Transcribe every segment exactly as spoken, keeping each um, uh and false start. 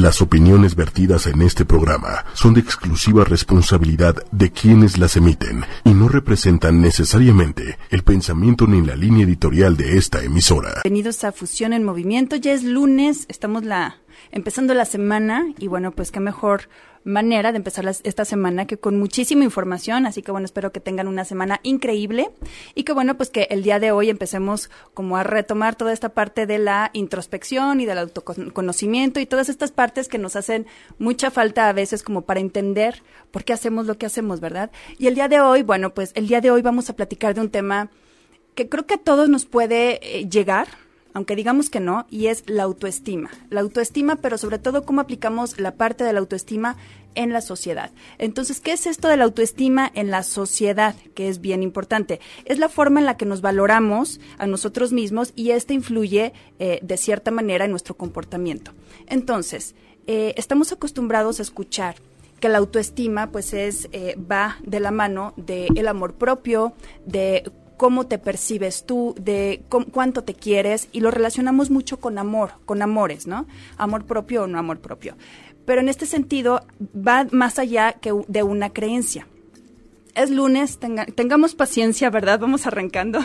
Las opiniones vertidas en este programa son de exclusiva responsabilidad de quienes las emiten y no representan necesariamente el pensamiento ni la línea editorial de esta emisora. Bienvenidos a Fusión en Movimiento. Ya es lunes, estamos la empezando la semana y bueno, pues qué mejor manera de empezar las, esta semana que con muchísima información, así que bueno, espero que tengan una semana increíble y que bueno, pues que el día de hoy empecemos como a retomar toda esta parte de la introspección y del autoconocimiento y todas estas partes que nos hacen mucha falta a veces como para entender por qué hacemos lo que hacemos, ¿verdad? Y el día de hoy, bueno, pues el día de hoy vamos a platicar de un tema que creo que a todos nos puede eh, llegar, aunque digamos que no, y es la autoestima. La autoestima, pero sobre todo cómo aplicamos la parte de la autoestima en la sociedad. Entonces, ¿qué es esto de la autoestima en la sociedad? Que es bien importante. Es la forma en la que nos valoramos a nosotros mismos y esta influye eh, de cierta manera en nuestro comportamiento. Entonces, eh, estamos acostumbrados a escuchar que la autoestima pues es eh, va de la mano del amor propio, de cómo te percibes tú, de cu- cuánto te quieres, y lo relacionamos mucho con amor, con amores, ¿no? Amor propio o no amor propio. Pero en este sentido va más allá que de una creencia. Es lunes, tenga, tengamos paciencia, ¿verdad? Vamos arrancando.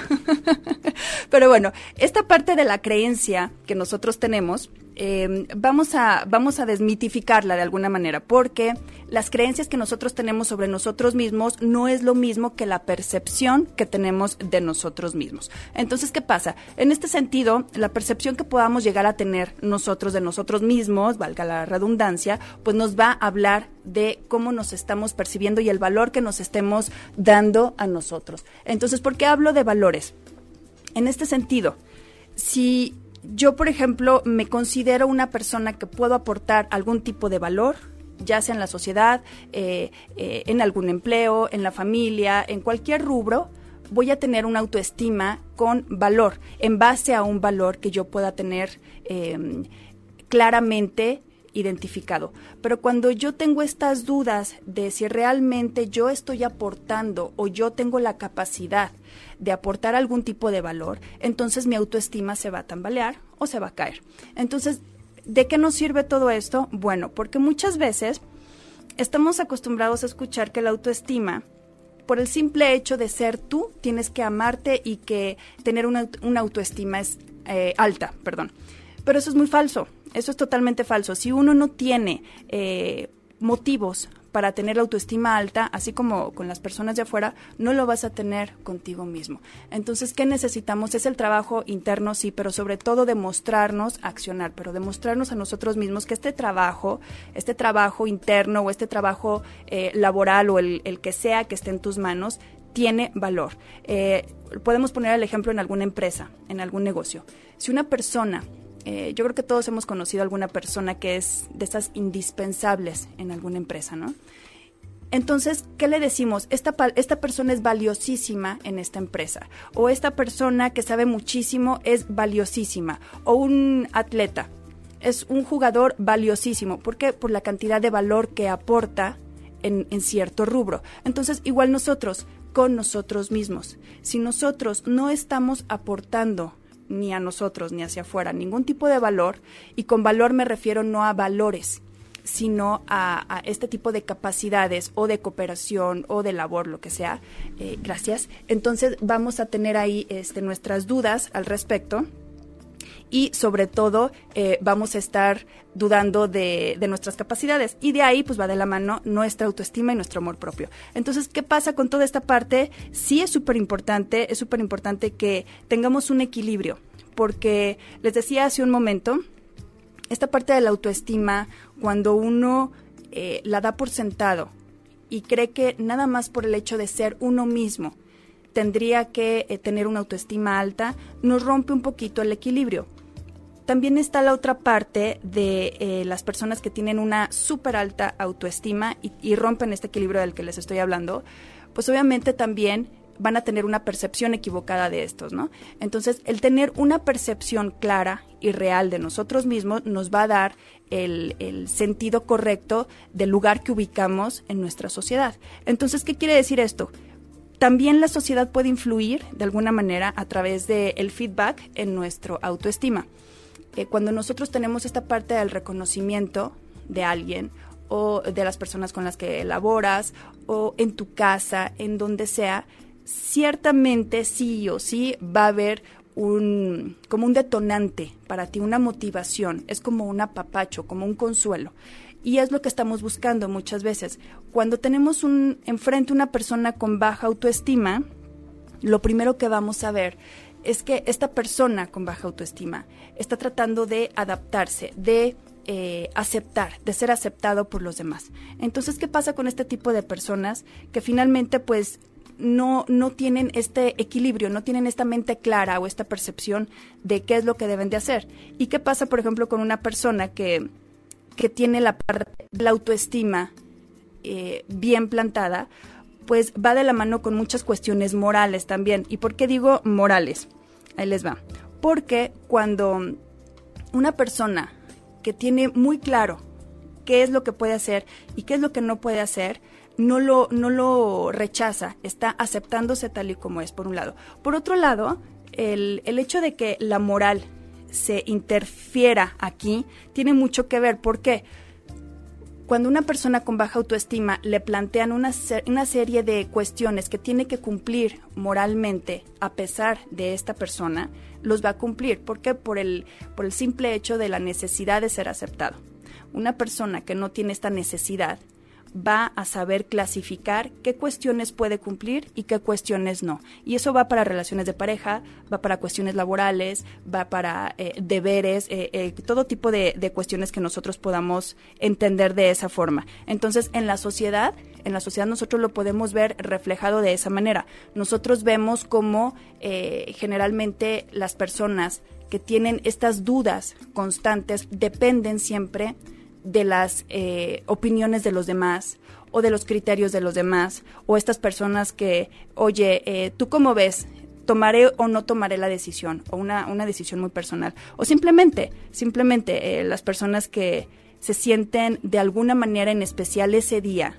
Pero bueno, esta parte de la creencia que nosotros tenemos, eh, vamos a, vamos a desmitificarla de alguna manera, porque las creencias que nosotros tenemos sobre nosotros mismos no es lo mismo que la percepción que tenemos de nosotros mismos. Entonces, ¿qué pasa? En este sentido, la percepción que podamos llegar a tener nosotros de nosotros mismos, valga la redundancia, pues nos va a hablar de cómo nos estamos percibiendo y el valor que nos estemos dando a nosotros. Entonces, ¿por qué hablo de valores? En este sentido, si yo, por ejemplo, me considero una persona que puedo aportar algún tipo de valor, ya sea en la sociedad, eh, eh, en algún empleo, en la familia, en cualquier rubro, voy a tener una autoestima con valor, en base a un valor que yo pueda tener eh, claramente identificado. Pero cuando yo tengo estas dudas de si realmente yo estoy aportando o yo tengo la capacidad de aportar algún tipo de valor, entonces mi autoestima se va a tambalear o se va a caer. Entonces, ¿de qué nos sirve todo esto? Bueno, porque muchas veces estamos acostumbrados a escuchar que la autoestima, por el simple hecho de ser tú, tienes que amarte y que tener una, una autoestima es eh, alta, perdón. Pero eso es muy falso, eso es totalmente falso. Si uno no tiene eh, motivos para tener la autoestima alta, así como con las personas de afuera, no lo vas a tener contigo mismo. Entonces, ¿qué necesitamos? Es el trabajo interno, sí, pero sobre todo demostrarnos, accionar, pero demostrarnos a nosotros mismos que este trabajo, este trabajo interno o este trabajo eh, laboral o el, el que sea que esté en tus manos, tiene valor. Eh, podemos poner el ejemplo en alguna empresa, en algún negocio. Si una persona... Eh, yo creo que todos hemos conocido a alguna persona que es de esas indispensables en alguna empresa, ¿no? Entonces, ¿qué le decimos? Esta, esta persona es valiosísima en esta empresa, o esta persona que sabe muchísimo es valiosísima, o un atleta es un jugador valiosísimo. ¿Por qué? Por la cantidad de valor que aporta en, en cierto rubro. Entonces, igual nosotros, con nosotros mismos, si nosotros no estamos aportando ni a nosotros ni hacia afuera ningún tipo de valor, y con valor me refiero no a valores, sino a, a este tipo de capacidades o de cooperación o de labor, lo que sea, eh, gracias, entonces vamos a tener ahí este, nuestras dudas al respecto. Y sobre todo eh, vamos a estar dudando de, de nuestras capacidades. Y de ahí pues va de la mano nuestra autoestima y nuestro amor propio. Entonces, ¿qué pasa con toda esta parte? Sí es súper importante, es súper importante que tengamos un equilibrio. Porque les decía hace un momento, esta parte de la autoestima, cuando uno eh, la da por sentado y cree que nada más por el hecho de ser uno mismo tendría que eh, tener una autoestima alta, nos rompe un poquito el equilibrio. También está la otra parte de eh, las personas que tienen una súper alta autoestima y, y rompen este equilibrio del que les estoy hablando, pues obviamente también van a tener una percepción equivocada de estos, ¿no? Entonces, el tener una percepción clara y real de nosotros mismos nos va a dar el, el sentido correcto del lugar que ubicamos en nuestra sociedad. Entonces, ¿qué quiere decir esto? También la sociedad puede influir de alguna manera a través del feedback en nuestra autoestima. Eh, cuando nosotros tenemos esta parte del reconocimiento de alguien o de las personas con las que laboras o en tu casa, en donde sea, ciertamente sí o sí va a haber un como un detonante para ti, una motivación, es como un apapacho, como un consuelo. Y es lo que estamos buscando muchas veces. Cuando tenemos un enfrente una persona con baja autoestima, lo primero que vamos a ver es que esta persona con baja autoestima está tratando de adaptarse, de eh, aceptar, de ser aceptado por los demás. Entonces, ¿qué pasa con este tipo de personas que finalmente, pues, no, no tienen este equilibrio, no tienen esta mente clara o esta percepción de qué es lo que deben de hacer? ¿Y qué pasa, por ejemplo, con una persona que, que tiene la parte de la autoestima eh, bien plantada? Pues va de la mano con muchas cuestiones morales también. ¿Y por qué digo morales? Ahí les va. Porque cuando una persona que tiene muy claro qué es lo que puede hacer y qué es lo que no puede hacer, no lo, no lo rechaza, está aceptándose tal y como es, por un lado. Por otro lado, el, el hecho de que la moral se interfiera aquí tiene mucho que ver. ¿Por qué? Cuando una persona con baja autoestima le plantean una, ser, una serie de cuestiones que tiene que cumplir moralmente a pesar de esta persona, los va a cumplir. ¿Por qué? Por el, por el simple hecho de la necesidad de ser aceptado. Una persona que no tiene esta necesidad va a saber clasificar qué cuestiones puede cumplir y qué cuestiones no. Y eso va para relaciones de pareja, va para cuestiones laborales, va para eh, deberes, eh, eh, todo tipo de, de cuestiones que nosotros podamos entender de esa forma. Entonces, en la sociedad, en la sociedad nosotros lo podemos ver reflejado de esa manera. Nosotros vemos cómo eh, generalmente las personas que tienen estas dudas constantes dependen siempre de las eh, opiniones de los demás o de los criterios de los demás, o estas personas que, oye, eh, ¿tú cómo ves? ¿Tomaré o no tomaré la decisión? O una, una decisión muy personal. O simplemente, simplemente eh, las personas que se sienten de alguna manera en especial ese día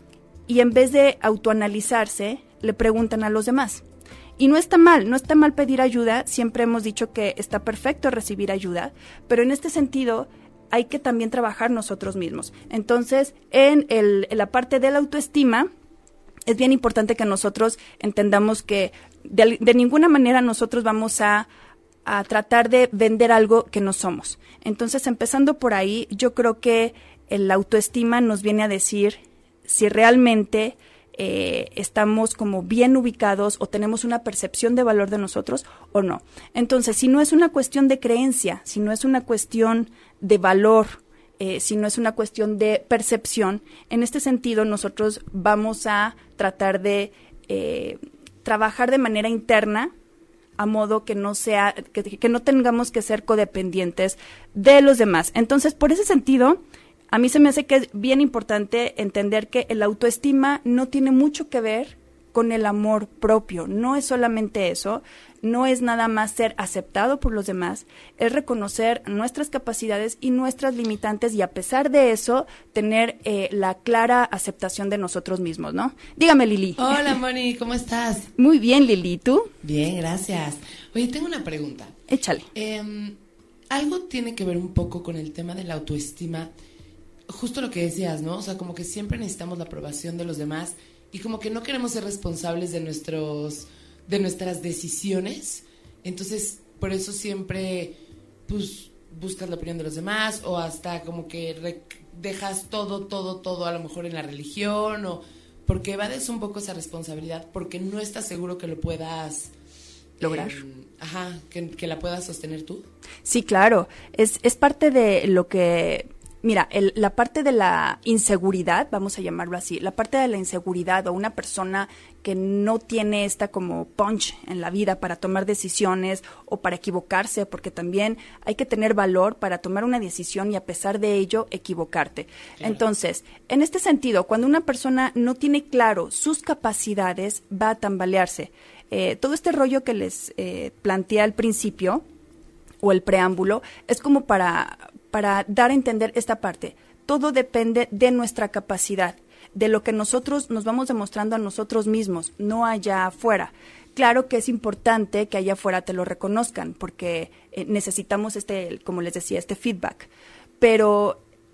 y en vez de autoanalizarse, le preguntan a los demás. Y no está mal, no está mal pedir ayuda, siempre hemos dicho que está perfecto recibir ayuda, pero en este sentido hay que también trabajar nosotros mismos. Entonces, en, el, en la parte de la autoestima, es bien importante que nosotros entendamos que de, de ninguna manera nosotros vamos a, a tratar de vender algo que no somos. Entonces, empezando por ahí, yo creo que la autoestima nos viene a decir si realmente eh, estamos como bien ubicados o tenemos una percepción de valor de nosotros o no. Entonces, si no es una cuestión de creencia, si no es una cuestión de valor, eh, si no es una cuestión de percepción, en este sentido nosotros vamos a tratar de eh, trabajar de manera interna a modo que no sea, que, que no tengamos que ser codependientes de los demás. Entonces, por ese sentido, a mí se me hace que es bien importante entender que el autoestima no tiene mucho que ver con el amor propio. No es solamente eso, no es nada más ser aceptado por los demás, es reconocer nuestras capacidades y nuestras limitantes y a pesar de eso, tener eh, la clara aceptación de nosotros mismos, ¿no? Dígame, Lili. Hola, Moni, ¿cómo estás? Muy bien, Lili, ¿tú? Bien, gracias. Oye, tengo una pregunta. Échale. Eh, algo tiene que ver un poco con el tema de la autoestima, justo lo que decías, ¿no? O sea, como que siempre necesitamos la aprobación de los demás y como que no queremos ser responsables de nuestros de nuestras decisiones, entonces por eso siempre pues buscas la opinión de los demás o hasta como que re- dejas todo, todo, todo a lo mejor en la religión o porque evades un poco esa responsabilidad porque no estás seguro que lo puedas lograr. Eh, ajá, que, que la puedas sostener tú. Sí, claro, es, es parte de lo que... Mira, el, la parte de la inseguridad, vamos a llamarlo así, la parte de la inseguridad o una persona que no tiene esta como punch en la vida para tomar decisiones o para equivocarse, porque también hay que tener valor para tomar una decisión y a pesar de ello equivocarte. Claro. Entonces, en este sentido, cuando una persona no tiene claro sus capacidades, va a tambalearse. Eh, todo este rollo que les eh, planteé al principio, o el preámbulo, es como para... para dar a entender esta parte. Todo depende de nuestra capacidad, de lo que nosotros nos vamos demostrando a nosotros mismos, no allá afuera. Claro que es importante que allá afuera te lo reconozcan, porque eh, necesitamos este, como les decía, este feedback. Pero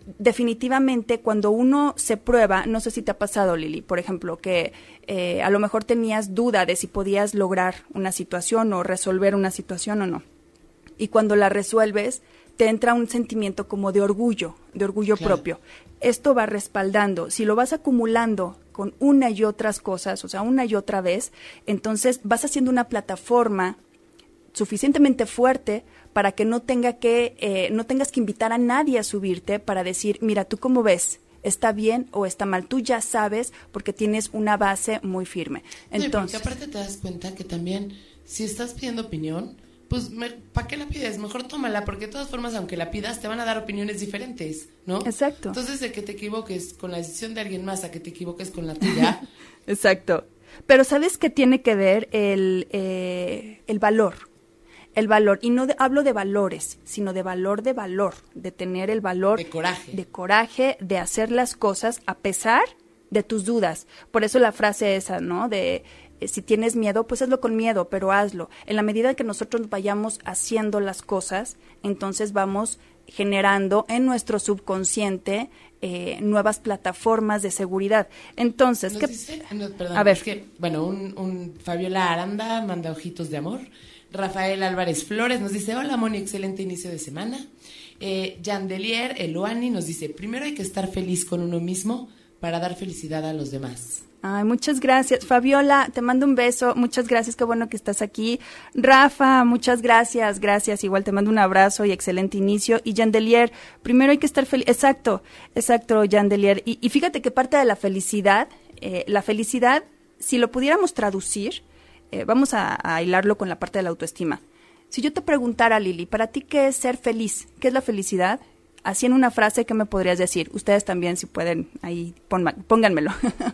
definitivamente cuando uno se prueba, no sé si te ha pasado, Lili, por ejemplo, que eh, a lo mejor tenías duda de si podías lograr una situación o resolver una situación o no. Y cuando la resuelves, te entra un sentimiento como de orgullo, de orgullo claro. propio. Esto va respaldando. Si lo vas acumulando con una y otras cosas, o sea, una y otra vez, entonces vas haciendo una plataforma suficientemente fuerte para que no tenga que eh, no tengas que invitar a nadie a subirte para decir, mira, ¿tú cómo ves? ¿Está bien o está mal? Tú ya sabes porque tienes una base muy firme. Entonces, sí, porque aparte te das cuenta que también si estás pidiendo opinión, pues ¿para qué la pides? Mejor tómala, porque de todas formas, aunque la pidas, te van a dar opiniones diferentes, ¿no? Exacto. Entonces, de que te equivoques con la decisión de alguien más a que te equivoques con la tuya. Exacto. Pero ¿sabes qué tiene que ver el, eh, el valor? El valor, y no de, hablo de valores, sino de valor de valor, de tener el valor. De coraje. De coraje, de hacer las cosas a pesar de tus dudas. Por eso la frase esa, ¿no? De si tienes miedo, pues hazlo con miedo, pero hazlo. En la medida que nosotros vayamos haciendo las cosas, entonces vamos generando en nuestro subconsciente eh, nuevas plataformas de seguridad. Entonces, Nos ¿qué? Dice, no, perdón, a ver. Es que, bueno, un, un Fabiola Aranda manda ojitos de amor. Rafael Álvarez Flores nos dice, hola Moni, excelente inicio de semana. Eh, Yandelier Eloani nos dice, primero hay que estar feliz con uno mismo para dar felicidad a los demás. Ay, muchas gracias. Fabiola, te mando un beso. Muchas gracias, qué bueno que estás aquí. Rafa, muchas gracias, gracias. Igual te mando un abrazo y excelente inicio. Y Yandelier, primero hay que estar feliz. Exacto, exacto, Yandelier. Y, y fíjate que parte de la felicidad, eh, la felicidad, si lo pudiéramos traducir, eh, vamos a, a hilarlo con la parte de la autoestima. Si yo te preguntara, Lili, para ti, ¿qué es ser feliz? ¿Qué es la felicidad? Así en una frase, ¿qué me podrías decir? Ustedes también, si pueden, ahí pon, pónganmelo.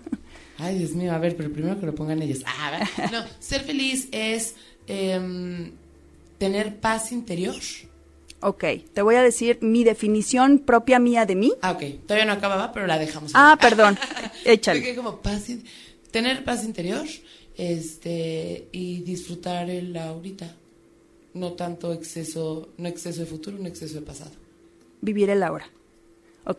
Ay, Dios mío, a ver, pero primero que lo pongan ellos. Ah, a ver. No, ser feliz es eh, tener paz interior. Ok, te voy a decir mi definición propia mía de mí. Ah, ok, todavía no acababa, pero la dejamos. Ah, ahí. perdón, échale. Porque como paz, tener paz interior este, y disfrutar el ahorita. No tanto exceso, no exceso de futuro, no exceso de pasado. Vivir el ahora. Ok.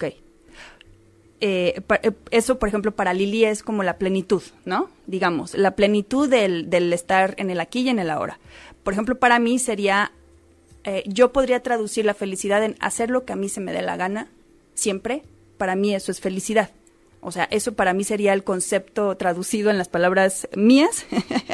Eh, pa, eh, eso, por ejemplo, para Lili es como la plenitud, ¿no? Digamos, la plenitud del, del estar en el aquí y en el ahora. Por ejemplo, para mí sería, eh, yo podría traducir la felicidad en hacer lo que a mí se me dé la gana, siempre. Para mí eso es felicidad. O sea, eso para mí sería el concepto traducido en las palabras mías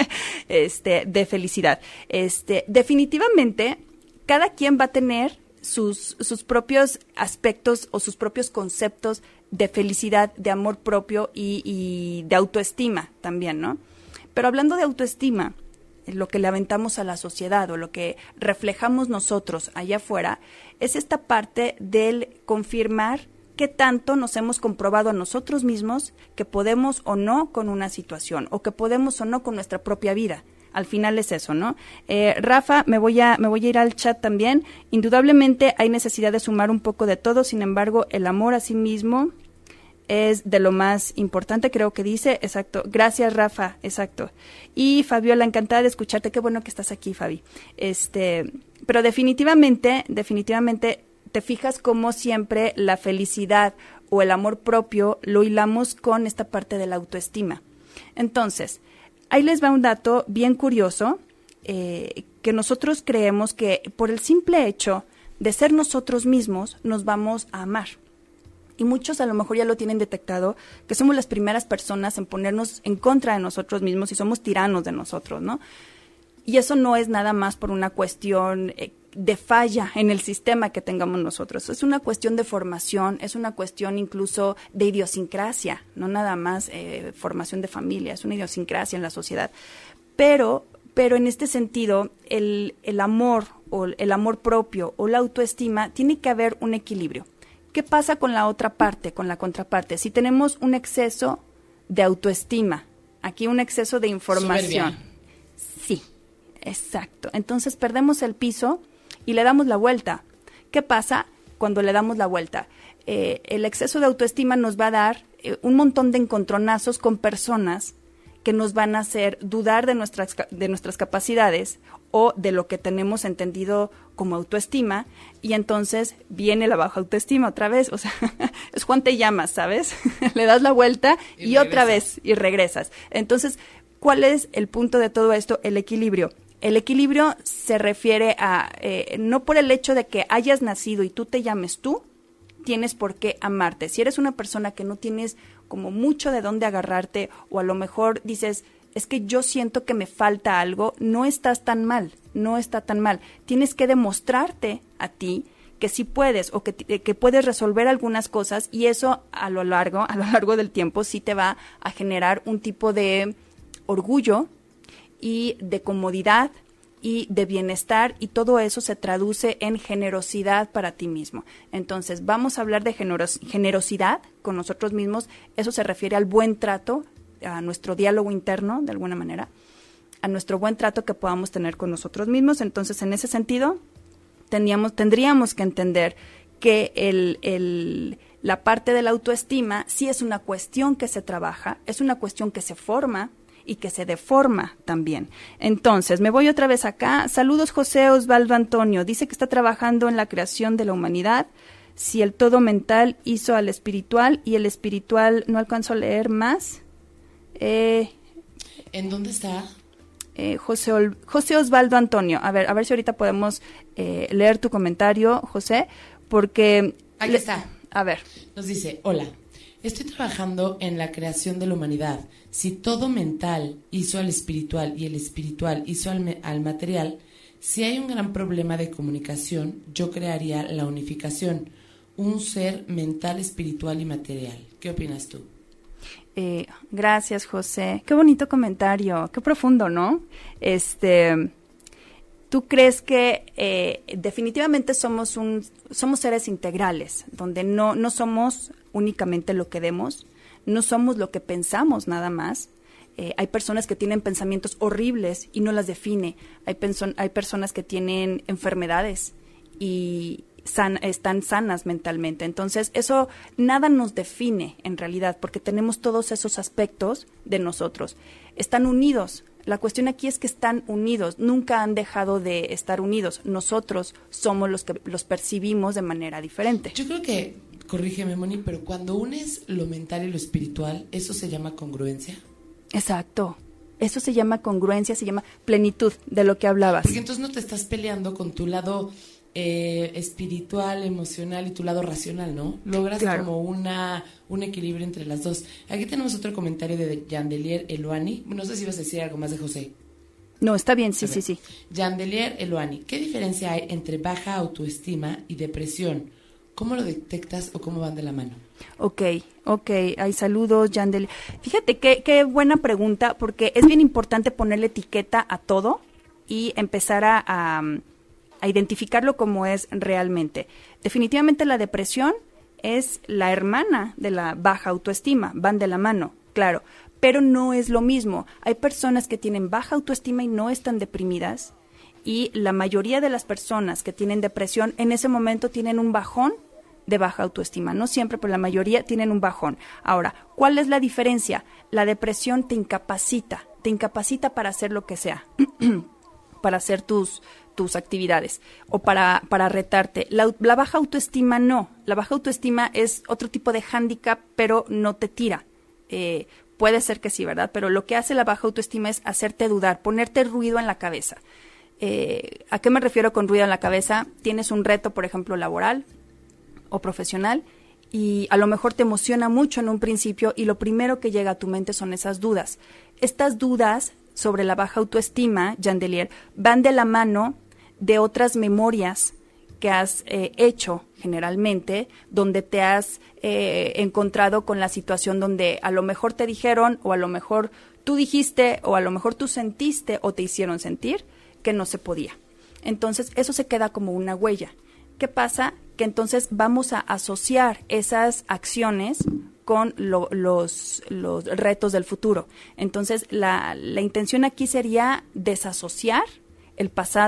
este, de felicidad. Este, definitivamente, cada quien va a tener sus, sus propios aspectos o sus propios conceptos de felicidad, de amor propio y, y de autoestima también, ¿no? Pero hablando de autoestima, lo que le aventamos a la sociedad o lo que reflejamos nosotros allá afuera, es esta parte del confirmar qué tanto nos hemos comprobado a nosotros mismos que podemos o no con una situación o que podemos o no con nuestra propia vida. Al final es eso, ¿no? Eh, Rafa, me voy a me voy a ir al chat también. Indudablemente hay necesidad de sumar un poco de todo, sin embargo, el amor a sí mismo es de lo más importante, creo que dice. Exacto. Gracias, Rafa. Exacto. Y Fabiola, encantada de escucharte. Qué bueno que estás aquí, Fabi. Este, pero definitivamente, definitivamente te fijas cómo siempre la felicidad o el amor propio lo hilamos con esta parte de la autoestima. Entonces, ahí les va un dato bien curioso, eh, que nosotros creemos que por el simple hecho de ser nosotros mismos nos vamos a amar. Y muchos a lo mejor ya lo tienen detectado, que somos las primeras personas en ponernos en contra de nosotros mismos y somos tiranos de nosotros, ¿no? Y eso no es nada más por una cuestión eh, de falla en el sistema que tengamos nosotros. Es una cuestión de formación, es una cuestión incluso de idiosincrasia, no nada más eh, formación de familia, es una idiosincrasia en la sociedad. Pero, pero en este sentido, el, el amor o el amor propio o la autoestima, tiene que haber un equilibrio. ¿Qué pasa con la otra parte, con la contraparte? Si tenemos un exceso de autoestima, aquí un exceso de información. Soberbia. Sí, exacto. Entonces perdemos el piso y le damos la vuelta. ¿Qué pasa cuando le damos la vuelta? Eh, el exceso de autoestima nos va a dar eh, un montón de encontronazos con personas que nos van a hacer dudar de nuestras, de nuestras capacidades o de lo que tenemos entendido como autoestima, y entonces viene la baja autoestima otra vez, o sea, es Juan te llamas, ¿sabes? Le das la vuelta y, y otra vez y regresas. Entonces, ¿cuál es el punto de todo esto? El equilibrio. El equilibrio se refiere a, eh, no por el hecho de que hayas nacido y tú te llames tú, tienes por qué amarte. Si eres una persona que no tienes como mucho de dónde agarrarte, o a lo mejor dices, es que yo siento que me falta algo, no estás tan mal, no está tan mal. Tienes que demostrarte a ti que sí puedes, o que, que puedes resolver algunas cosas, y eso a lo largo, a lo largo del tiempo sí te va a generar un tipo de orgullo y de comodidad y de bienestar, y todo eso se traduce en generosidad para ti mismo. Entonces, vamos a hablar de generos- generosidad con nosotros mismos. Eso se refiere al buen trato, a nuestro diálogo interno, de alguna manera, a nuestro buen trato que podamos tener con nosotros mismos. Entonces, en ese sentido, tendríamos, tendríamos que entender que el, el, la parte de la autoestima sí es una cuestión que se trabaja, es una cuestión que se forma y que se deforma también. Entonces, me voy otra vez acá. Saludos, José Osvaldo Antonio. Dice que está trabajando en la creación de la humanidad. Si el todo mental hizo al espiritual y el espiritual, no alcanzo a leer más. Eh, ¿En dónde está? Eh, José, Ol- José Osvaldo Antonio. A ver, a ver si ahorita podemos eh, leer tu comentario, José, porque... Aquí le- está. A ver. Nos dice, hola, estoy trabajando en la creación de la humanidad. Si todo mental hizo al espiritual y el espiritual hizo al, me- al material, si hay un gran problema de comunicación, yo crearía la unificación, un ser mental, espiritual y material. ¿Qué opinas tú? Eh, gracias, José. Qué bonito comentario, qué profundo, ¿no? Este, ¿tú crees que eh, definitivamente somos un, somos seres integrales, donde no, no somos únicamente lo que vemos, no somos lo que pensamos nada más? Eh, hay personas que tienen pensamientos horribles y no las define. Hay, penso- hay personas que tienen enfermedades y san- están sanas mentalmente. Entonces, eso nada nos define en realidad, porque tenemos todos esos aspectos de nosotros. Están unidos. La cuestión aquí es que están unidos. Nunca han dejado de estar unidos. Nosotros somos los que los percibimos de manera diferente. Yo creo que, corrígeme, Moni, pero cuando unes lo mental y lo espiritual, ¿eso se llama congruencia? Exacto. Eso se llama congruencia, se llama plenitud, de lo que hablabas. Porque entonces no te estás peleando con tu lado eh, espiritual, emocional y tu lado racional, ¿no? Logras Claro. como una un equilibrio entre las dos. Aquí tenemos otro comentario de Yandelier Eluani. No sé si ibas a decir algo más de José. No, está bien, sí, A ver. sí, sí. Yandelier Eluani, ¿qué diferencia hay entre baja autoestima y depresión? ¿Cómo lo detectas o cómo van de la mano? Ok, ok, hay saludos, Yandel. Fíjate qué, qué buena pregunta, porque es bien importante ponerle etiqueta a todo y empezar a, a, a identificarlo como es realmente. Definitivamente la depresión es la hermana de la baja autoestima, van de la mano, claro, pero no es lo mismo. Hay personas que tienen baja autoestima y no están deprimidas, y la mayoría de las personas que tienen depresión en ese momento tienen un bajón de baja autoestima. No siempre, pero la mayoría tienen un bajón. Ahora, ¿cuál es la diferencia? La depresión te incapacita, te incapacita para hacer lo que sea, para hacer tus, tus actividades o para, para retarte. La, la baja autoestima no. La baja autoestima es otro tipo de hándicap, pero no te tira. Eh, puede ser que sí, ¿verdad? Pero lo que hace la baja autoestima es hacerte dudar, ponerte ruido en la cabeza. Eh, ¿A qué me refiero con ruido en la cabeza? Tienes un reto, por ejemplo, laboral o profesional, y a lo mejor te emociona mucho en un principio y lo primero que llega a tu mente son esas dudas. Estas dudas sobre la baja autoestima, Yandelier, van de la mano de otras memorias que has eh, hecho generalmente, donde te has eh, encontrado con la situación donde a lo mejor te dijeron, o a lo mejor tú dijiste, o a lo mejor tú sentiste o te hicieron sentir que no se podía. Entonces, eso se queda como una huella. ¿Qué pasa? Que entonces vamos a asociar esas acciones con lo, los, los retos del futuro. Entonces, la, la intención aquí sería desasociar el pasado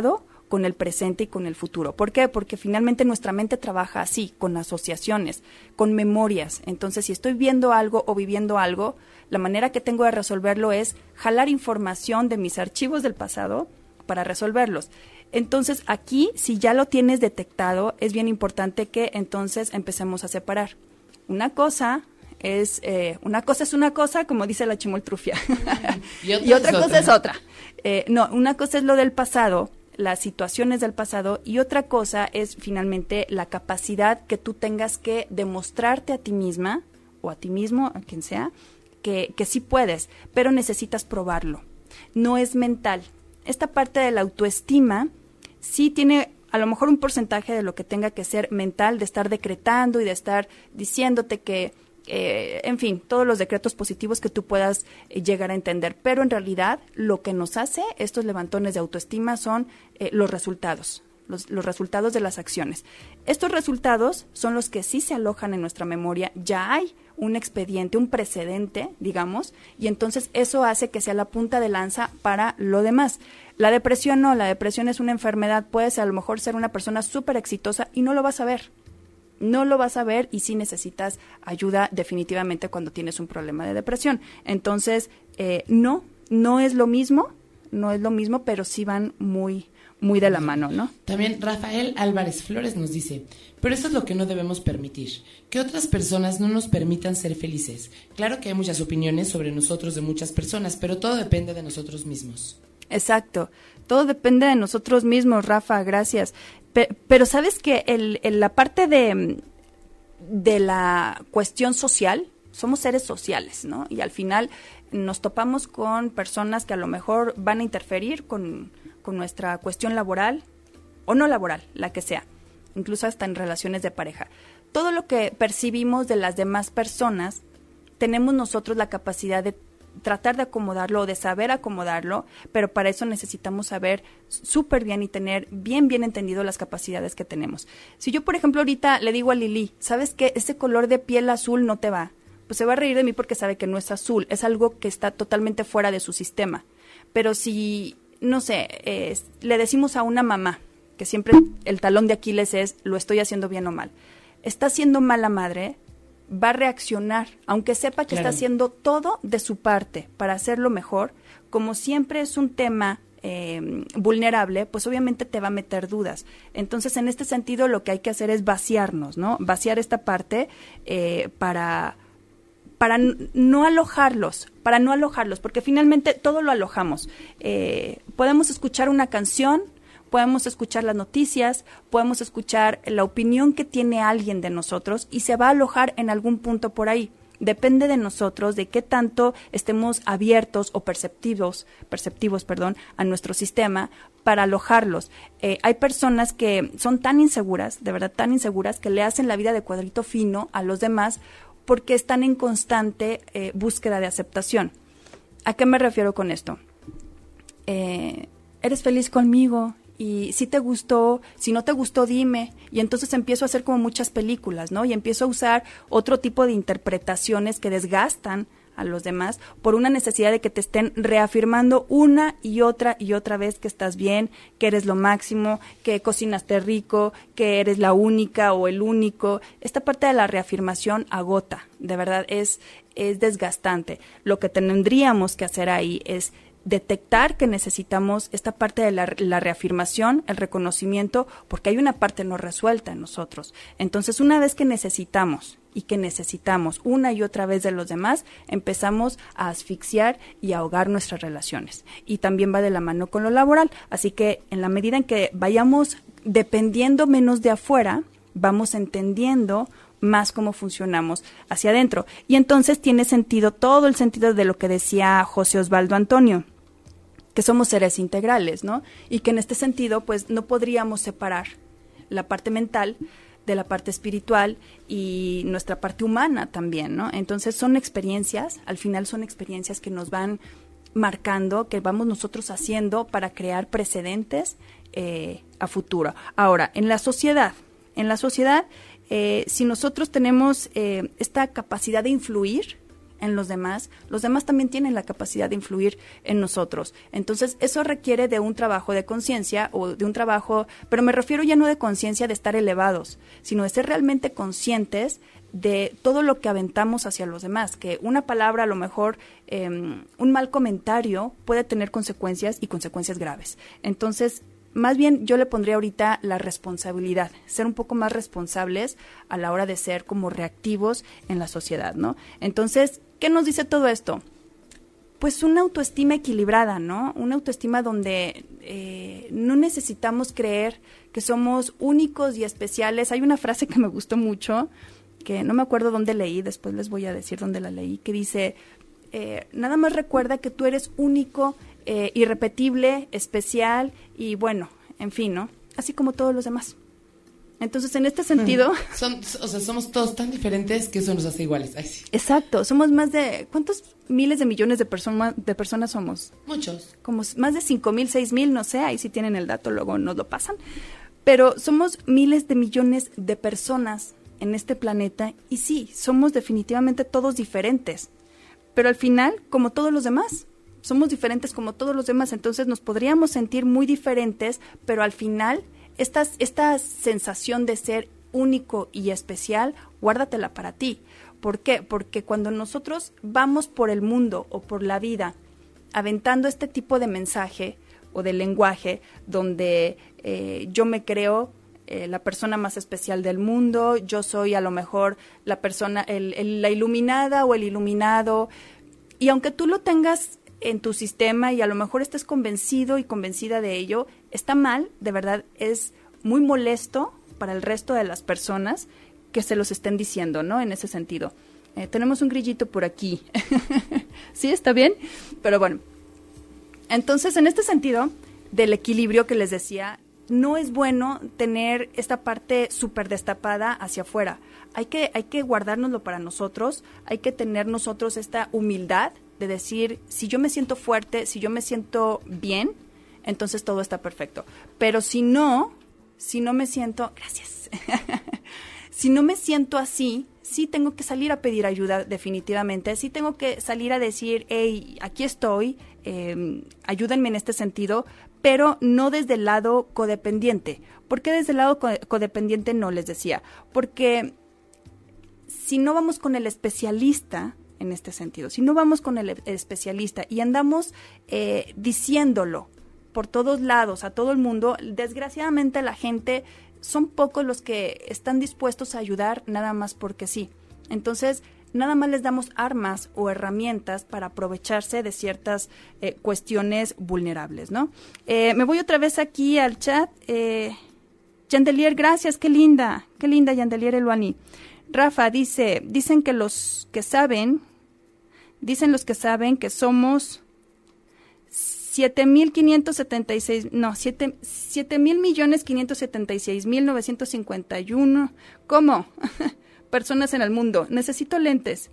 con el presente y con el futuro. ¿Por qué? Porque finalmente nuestra mente trabaja así, con asociaciones, con memorias. Entonces, si estoy viendo algo o viviendo algo, la manera que tengo de resolverlo es jalar información de mis archivos del pasado para resolverlos. Entonces, aquí, si ya lo tienes detectado, es bien importante que entonces empecemos a separar. Una cosa es eh, una cosa es una cosa, como dice la chimoltrufia, y otra, y otra es cosa otra. es otra. Eh, no, una cosa es lo del pasado, las situaciones del pasado, y otra cosa es finalmente la capacidad que tú tengas que demostrarte a ti misma o a ti mismo, a quien sea, que, que sí puedes, pero necesitas probarlo. No es mental. Esta parte de la autoestima sí tiene a lo mejor un porcentaje de lo que tenga que ser mental, de estar decretando y de estar diciéndote que, eh, en fin, todos los decretos positivos que tú puedas eh, llegar a entender. Pero en realidad lo que nos hace estos levantones de autoestima son eh, los resultados, los, los resultados de las acciones. Estos resultados son los que sí se alojan en nuestra memoria. Ya hay un expediente, un precedente, digamos, y entonces eso hace que sea la punta de lanza para lo demás. La depresión no, la depresión es una enfermedad, puedes a lo mejor ser una persona súper exitosa y no lo vas a ver, no lo vas a ver y sí necesitas ayuda definitivamente cuando tienes un problema de depresión. Entonces, eh, no, no es lo mismo, no es lo mismo, pero sí van muy, muy de la mano, ¿no? También Rafael Álvarez Flores nos dice, pero eso es lo que no debemos permitir, que otras personas no nos permitan ser felices. Claro que hay muchas opiniones sobre nosotros de muchas personas, pero todo depende de nosotros mismos. Exacto, todo depende de nosotros mismos, Rafa, gracias. Pe- pero sabes que el, el, la parte de, de la cuestión social, somos seres sociales, ¿no? Y al final nos topamos con personas que a lo mejor van a interferir con, con nuestra cuestión laboral o no laboral, la que sea, incluso hasta en relaciones de pareja. Todo lo que percibimos de las demás personas, tenemos nosotros la capacidad de tratar de acomodarlo o de saber acomodarlo, pero para eso necesitamos saber súper bien y tener bien, bien entendido las capacidades que tenemos. Si yo, por ejemplo, ahorita le digo a Lili, ¿sabes qué? Ese color de piel azul no te va. Pues se va a reír de mí porque sabe que no es azul, es algo que está totalmente fuera de su sistema. Pero si, no sé, eh, le decimos a una mamá, que siempre el talón de Aquiles es, lo estoy haciendo bien o mal, está siendo mala madre, va a reaccionar, aunque sepa que claro. está haciendo todo de su parte para hacerlo mejor, como siempre es un tema eh, vulnerable, pues obviamente te va a meter dudas. Entonces, en este sentido, lo que hay que hacer es vaciarnos, ¿no? Vaciar esta parte eh, para, para no alojarlos, para no alojarlos, porque finalmente todo lo alojamos. Eh, podemos escuchar una canción, podemos escuchar las noticias, podemos escuchar la opinión que tiene alguien de nosotros y se va a alojar en algún punto por ahí. Depende de nosotros, de qué tanto estemos abiertos o perceptivos, perceptivos, perdón, a nuestro sistema para alojarlos. Eh, hay personas que son tan inseguras, de verdad tan inseguras, que le hacen la vida de cuadrito fino a los demás porque están en constante eh, búsqueda de aceptación. ¿A qué me refiero con esto? Eh, ¿Eres feliz conmigo? Y si te gustó, si no te gustó, dime. Y entonces empiezo a hacer como muchas películas, ¿no? Y empiezo a usar otro tipo de interpretaciones que desgastan a los demás por una necesidad de que te estén reafirmando una y otra y otra vez que estás bien, que eres lo máximo, que cocinaste rico, que eres la única o el único. Esta parte de la reafirmación agota, de verdad es, es desgastante. Lo que tendríamos que hacer ahí es detectar que necesitamos esta parte de la, la reafirmación, el reconocimiento, porque hay una parte no resuelta en nosotros. Entonces, una vez que necesitamos y que necesitamos una y otra vez de los demás, empezamos a asfixiar y a ahogar nuestras relaciones. Y también va de la mano con lo laboral. Así que en la medida en que vayamos dependiendo menos de afuera, vamos entendiendo más cómo funcionamos hacia adentro. Y entonces tiene sentido, todo el sentido de lo que decía José Osvaldo Antonio, que somos seres integrales, ¿no? Y que en este sentido, pues, no podríamos separar la parte mental de la parte espiritual y nuestra parte humana también, ¿no? Entonces, son experiencias, al final son experiencias que nos van marcando, que vamos nosotros haciendo para crear precedentes eh, a futuro. Ahora, en la sociedad, en la sociedad, eh, si nosotros tenemos eh, esta capacidad de influir en los demás, los demás también tienen la capacidad de influir en nosotros. Entonces, eso requiere de un trabajo de conciencia o de un trabajo, pero me refiero ya no de conciencia de estar elevados, sino de ser realmente conscientes de todo lo que aventamos hacia los demás, que una palabra, a lo mejor eh, un mal comentario puede tener consecuencias y consecuencias graves. Entonces, más bien yo le pondría ahorita la responsabilidad, ser un poco más responsables a la hora de ser como reactivos en la sociedad, ¿no? Entonces, ¿qué nos dice todo esto? Pues una autoestima equilibrada, ¿no? Una autoestima donde eh, no necesitamos creer que somos únicos y especiales. Hay una frase que me gustó mucho, que no me acuerdo dónde leí, después les voy a decir dónde la leí, que dice, eh, nada más recuerda que tú eres único, eh, irrepetible, especial y bueno, en fin, ¿no? Así como todos los demás. Entonces, en este sentido... Son, o sea, somos todos tan diferentes que eso nos hace iguales. Ay, sí. Exacto, somos más de... ¿Cuántos miles de millones de, persona, de personas somos? Muchos. Como más de cinco mil, seis mil, no sé, ahí sí tienen el dato, luego nos lo pasan. Pero somos miles de millones de personas en este planeta y sí, somos definitivamente todos diferentes, pero al final, como todos los demás, somos diferentes como todos los demás, entonces nos podríamos sentir muy diferentes, pero al final, esta, esta sensación de ser único y especial, guárdatela para ti. ¿Por qué? Porque cuando nosotros vamos por el mundo o por la vida aventando este tipo de mensaje o de lenguaje donde eh, yo me creo Eh, la persona más especial del mundo, yo soy a lo mejor la persona, el, el, la iluminada o el iluminado, y aunque tú lo tengas en tu sistema y a lo mejor estés convencido y convencida de ello, está mal, de verdad, es muy molesto para el resto de las personas que se los estén diciendo, ¿no? En ese sentido. Eh, tenemos un grillito por aquí. ¿Sí? ¿Está bien? Pero bueno, entonces en este sentido del equilibrio que les decía, no es bueno tener esta parte súper destapada hacia afuera. Hay que, hay que guardárnoslo para nosotros, hay que tener nosotros esta humildad de decir, si yo me siento fuerte, si yo me siento bien, entonces todo está perfecto. Pero si no, si no me siento, gracias, si no me siento así, sí tengo que salir a pedir ayuda definitivamente, sí tengo que salir a decir, hey, aquí estoy, eh, ayúdenme en este sentido, pero no desde el lado codependiente. ¿Por qué desde el lado codependiente no les decía? Porque si no vamos con el especialista en este sentido, si no vamos con el especialista y andamos eh, diciéndolo por todos lados, a todo el mundo, desgraciadamente la gente, son pocos los que están dispuestos a ayudar nada más porque sí. Entonces, nada más les damos armas o herramientas para aprovecharse de ciertas eh, cuestiones vulnerables, ¿no? Eh, me voy otra vez aquí al chat. Eh, Yandelier, gracias, qué linda, qué linda Yandelier Eluani. Rafa dice, dicen que los que saben, dicen los que saben que somos siete mil quinientos setenta y seis, no, siete, siete mil millones quinientos setenta y seis mil novecientos cincuenta y uno. ¿Cómo? Personas en el mundo. Necesito lentes.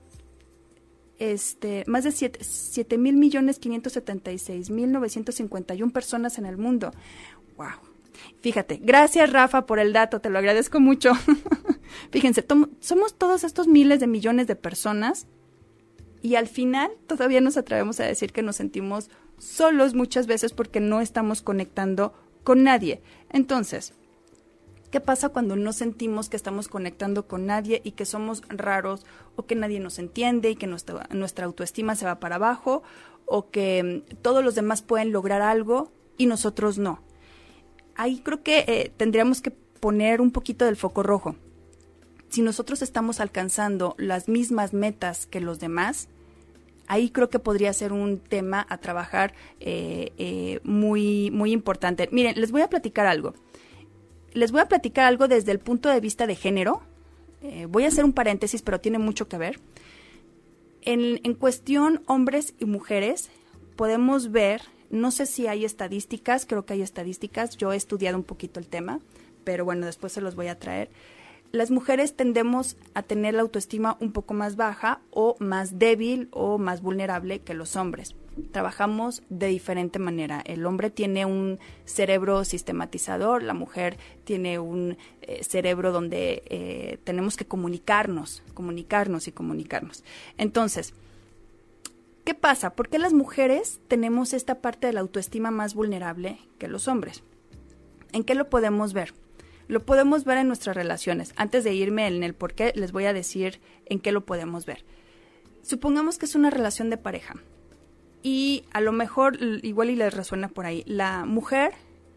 Este, más de siete mil millones quinientos setenta y seis mil novecientos cincuenta y uno personas en el mundo. Wow. Fíjate, gracias Rafa por el dato, te lo agradezco mucho. Fíjense, tom- somos todos estos miles de millones de personas y al final todavía nos atrevemos a decir que nos sentimos solos muchas veces porque no estamos conectando con nadie. Entonces, ¿qué pasa cuando no sentimos que estamos conectando con nadie y que somos raros o que nadie nos entiende y que nuestra, nuestra autoestima se va para abajo o que um, todos los demás pueden lograr algo y nosotros no? Ahí creo que eh, tendríamos que poner un poquito del foco rojo. Si nosotros estamos alcanzando las mismas metas que los demás, ahí creo que podría ser un tema a trabajar eh, eh, muy, muy importante. Miren, les voy a platicar algo. Les voy a platicar algo desde el punto de vista de género. Eh, voy a hacer un paréntesis, pero tiene mucho que ver. En, en cuestión hombres y mujeres, podemos ver, no sé si hay estadísticas, creo que hay estadísticas, yo he estudiado un poquito el tema, pero bueno, después se los voy a traer. Las mujeres tendemos a tener la autoestima un poco más baja o más débil o más vulnerable que los hombres. trabajamos de diferente manera. El hombre tiene un cerebro sistematizador, la mujer tiene un eh, cerebro donde eh, tenemos que comunicarnos, comunicarnos y comunicarnos. Entonces, ¿qué pasa? ¿Por qué las mujeres tenemos esta parte de la autoestima más vulnerable que los hombres? ¿En qué lo podemos ver? Lo podemos ver en nuestras relaciones. Antes de irme en el por qué, les voy a decir en qué lo podemos ver. Supongamos que es una relación de pareja y a lo mejor, igual y les resuena por ahí, la mujer,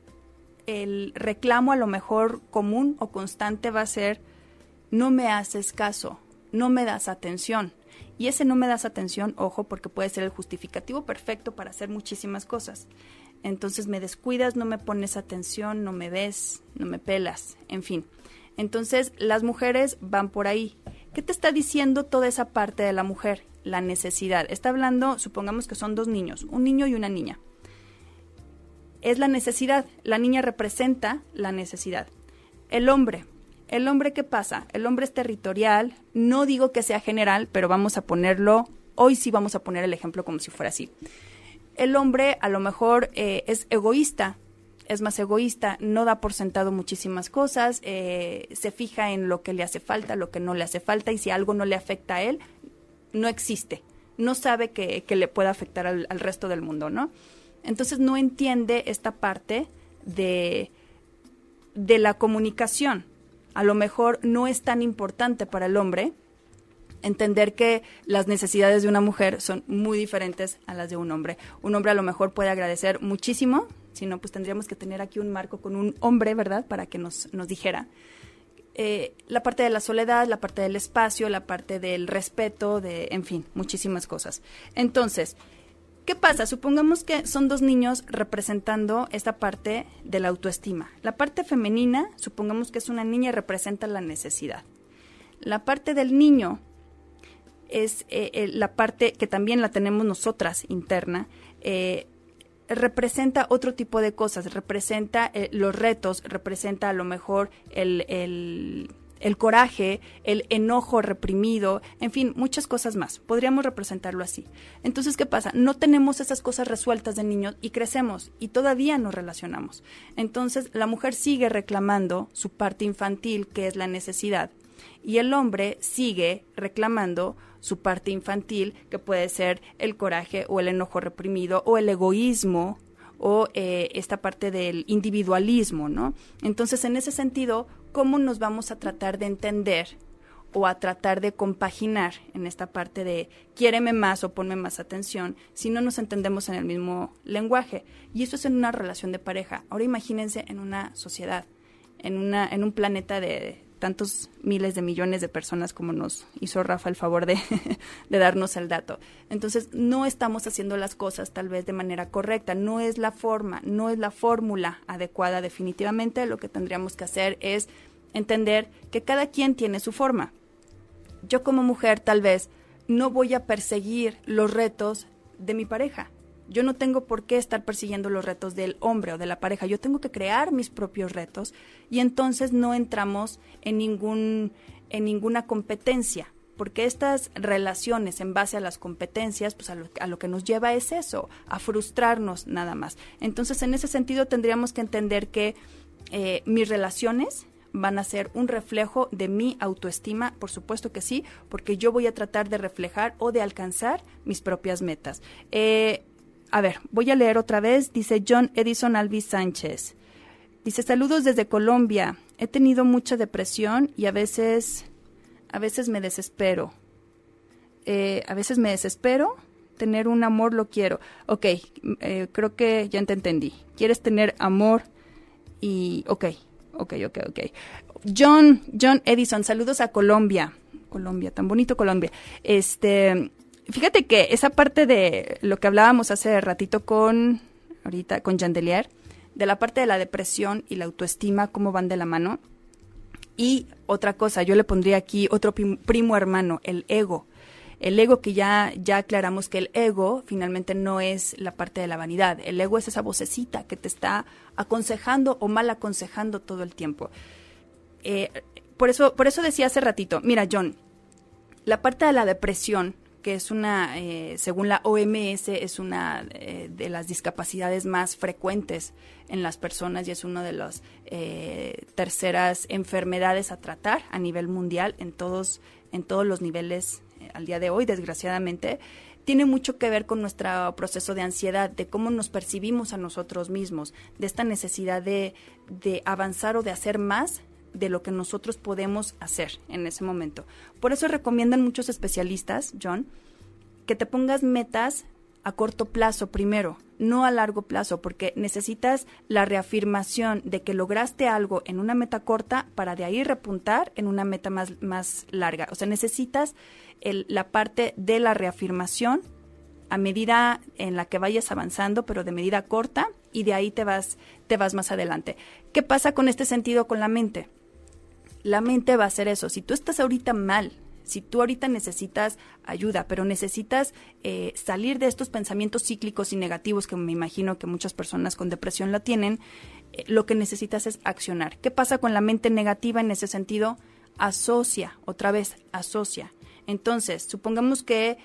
el reclamo a lo mejor común o constante va a ser: no me haces caso, no me das atención. Y ese no me das atención, ojo, porque puede ser el justificativo perfecto para hacer muchísimas cosas. Entonces me descuidas, no me pones atención, no me ves, no me pelas, en fin. Entonces las mujeres van por ahí. ¿Qué te está diciendo toda esa parte de la mujer? La necesidad. Está hablando, supongamos que son dos niños, un niño y una niña. Es la necesidad. La niña representa la necesidad. El hombre. ¿El hombre qué pasa? El hombre es territorial. No digo que sea general, pero vamos a ponerlo, hoy sí vamos a poner el ejemplo como si fuera así. El hombre a lo mejor eh, es egoísta, es más egoísta, no da por sentado muchísimas cosas, eh, se fija en lo que le hace falta, lo que no le hace falta, y si algo no le afecta a él, no existe, no sabe que, que le pueda afectar al, al resto del mundo, ¿no? Entonces no entiende esta parte de, de la comunicación. A lo mejor no es tan importante para el hombre entender que las necesidades de una mujer son muy diferentes a las de un hombre. Un hombre a lo mejor puede agradecer muchísimo, si no, pues tendríamos que tener aquí un marco con un hombre, ¿verdad?, para que nos, nos dijera. Eh, la parte de la soledad, la parte del espacio, la parte del respeto, de, en fin, muchísimas cosas. Entonces, ¿qué pasa? Supongamos que son dos niños representando esta parte de la autoestima. La parte femenina, supongamos que es una niña y representa la necesidad. La parte del niño es eh, eh, la parte que también la tenemos nosotras interna, eh, representa otro tipo de cosas, representa eh, los retos, representa a lo mejor el, el, el coraje, el enojo reprimido, en fin, muchas cosas más. Podríamos representarlo así. Entonces, ¿qué pasa? No tenemos esas cosas resueltas de niños y crecemos y todavía nos relacionamos. Entonces, la mujer sigue reclamando su parte infantil, que es la necesidad, y el hombre sigue reclamando su parte infantil, que puede ser el coraje o el enojo reprimido o el egoísmo o eh, esta parte del individualismo, ¿no? Entonces, en ese sentido, ¿cómo nos vamos a tratar de entender o a tratar de compaginar en esta parte de quiéreme más o ponme más atención si no nos entendemos en el mismo lenguaje? Y eso es en una relación de pareja. Ahora imagínense en una sociedad, en, una, en un planeta de tantos miles de millones de personas como nos hizo Rafa el favor de, de darnos el dato. Entonces, no estamos haciendo las cosas tal vez de manera correcta, no es la forma, no es la fórmula adecuada. Definitivamente lo que tendríamos que hacer es entender que cada quien tiene su forma. Yo como mujer tal vez no voy a perseguir los retos de mi pareja. Yo no tengo por qué estar persiguiendo los retos del hombre o de la pareja. Yo tengo que crear mis propios retos y entonces no entramos en ningún en ninguna competencia, porque estas relaciones en base a las competencias, pues a lo, a lo que nos lleva es eso, a frustrarnos nada más. Entonces, en ese sentido tendríamos que entender que eh, mis relaciones van a ser un reflejo de mi autoestima, por supuesto que sí, porque yo voy a tratar de reflejar o de alcanzar mis propias metas. Eh, A ver, voy a leer otra vez. Dice John Edison Alvis Sánchez. Dice, saludos desde Colombia. He tenido mucha depresión y a veces, a veces me desespero. Eh, a veces me desespero. Tener un amor lo quiero. Ok, eh, creo que ya te entendí. Quieres tener amor y... Ok, ok, ok, ok. John, John Edison, saludos a Colombia. Colombia, tan bonito Colombia. Este... Fíjate que esa parte de lo que hablábamos hace ratito con, ahorita, con Yandelier, de la parte de la depresión y la autoestima, cómo van de la mano. Y otra cosa, yo le pondría aquí otro primo hermano, el ego. El ego que ya, ya aclaramos que el ego finalmente no es la parte de la vanidad. El ego es esa vocecita que te está aconsejando o mal aconsejando todo el tiempo. Eh, por eso, por eso decía hace ratito, mira John, la parte de la depresión, que es una, eh, según la O M S, es una eh, de las discapacidades más frecuentes en las personas y es una de las eh, terceras enfermedades a tratar a nivel mundial en todos, en todos los niveles eh, al día de hoy, desgraciadamente. Tiene mucho que ver con nuestro proceso de ansiedad, de cómo nos percibimos a nosotros mismos, de esta necesidad de, de avanzar o de hacer más de lo que nosotros podemos hacer en ese momento. Por eso recomiendan muchos especialistas, John, que te pongas metas a corto plazo primero, no a largo plazo, porque necesitas la reafirmación de que lograste algo en una meta corta para de ahí repuntar en una meta más, más larga. O sea, necesitas el, la parte de la reafirmación a medida en la que vayas avanzando, pero de medida corta, y de ahí te vas, te vas más adelante. ¿Qué pasa con este sentido con la mente? La mente va a hacer eso. Si tú estás ahorita mal, si tú ahorita necesitas ayuda, pero necesitas eh, salir de estos pensamientos cíclicos y negativos que me imagino que muchas personas con depresión la tienen, eh, lo que necesitas es accionar. ¿Qué pasa con la mente negativa en ese sentido? Asocia, otra vez, asocia. Entonces, supongamos que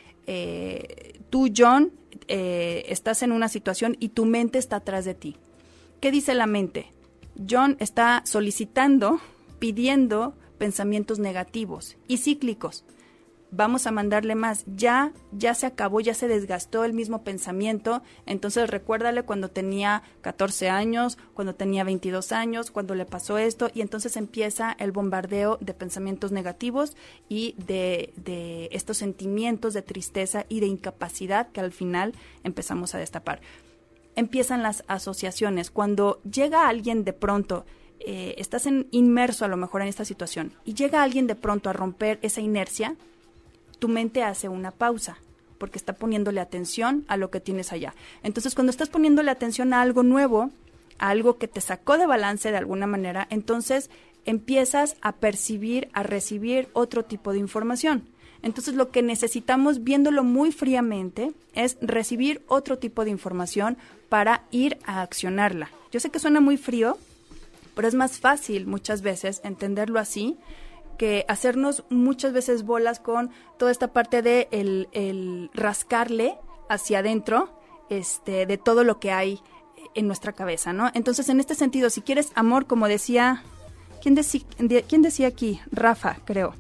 eh, tú, John, eh, estás en una situación y tu mente está atrás de ti. ¿Qué dice la mente? John está solicitando, pidiendo pensamientos negativos y cíclicos. Vamos a mandarle más. Ya, ya se acabó, ya se desgastó el mismo pensamiento. Entonces recuérdale cuando tenía catorce años, cuando tenía veintidós años, cuando le pasó esto, y entonces empieza el bombardeo de pensamientos negativos y de, de estos sentimientos de tristeza y de incapacidad que al final empezamos a destapar. Empiezan las asociaciones. Cuando llega alguien de pronto, Eh, estás en, inmerso a lo mejor en esta situación y llega alguien de pronto a romper esa inercia, tu mente hace una pausa porque está poniéndole atención a lo que tienes allá. Entonces, cuando estás poniéndole atención a algo nuevo, a algo que te sacó de balance de alguna manera, entonces empiezas a percibir, a recibir otro tipo de información. Entonces, lo que necesitamos, viéndolo muy fríamente, es recibir otro tipo de información para ir a accionarla. Yo sé que suena muy frío, pero es más fácil muchas veces entenderlo así que hacernos muchas veces bolas con toda esta parte de el, el rascarle hacia adentro este, de todo lo que hay en nuestra cabeza, ¿no? Entonces, en este sentido, si quieres amor, como decía, ¿quién, deci- ¿quién decía aquí? Rafa, creo.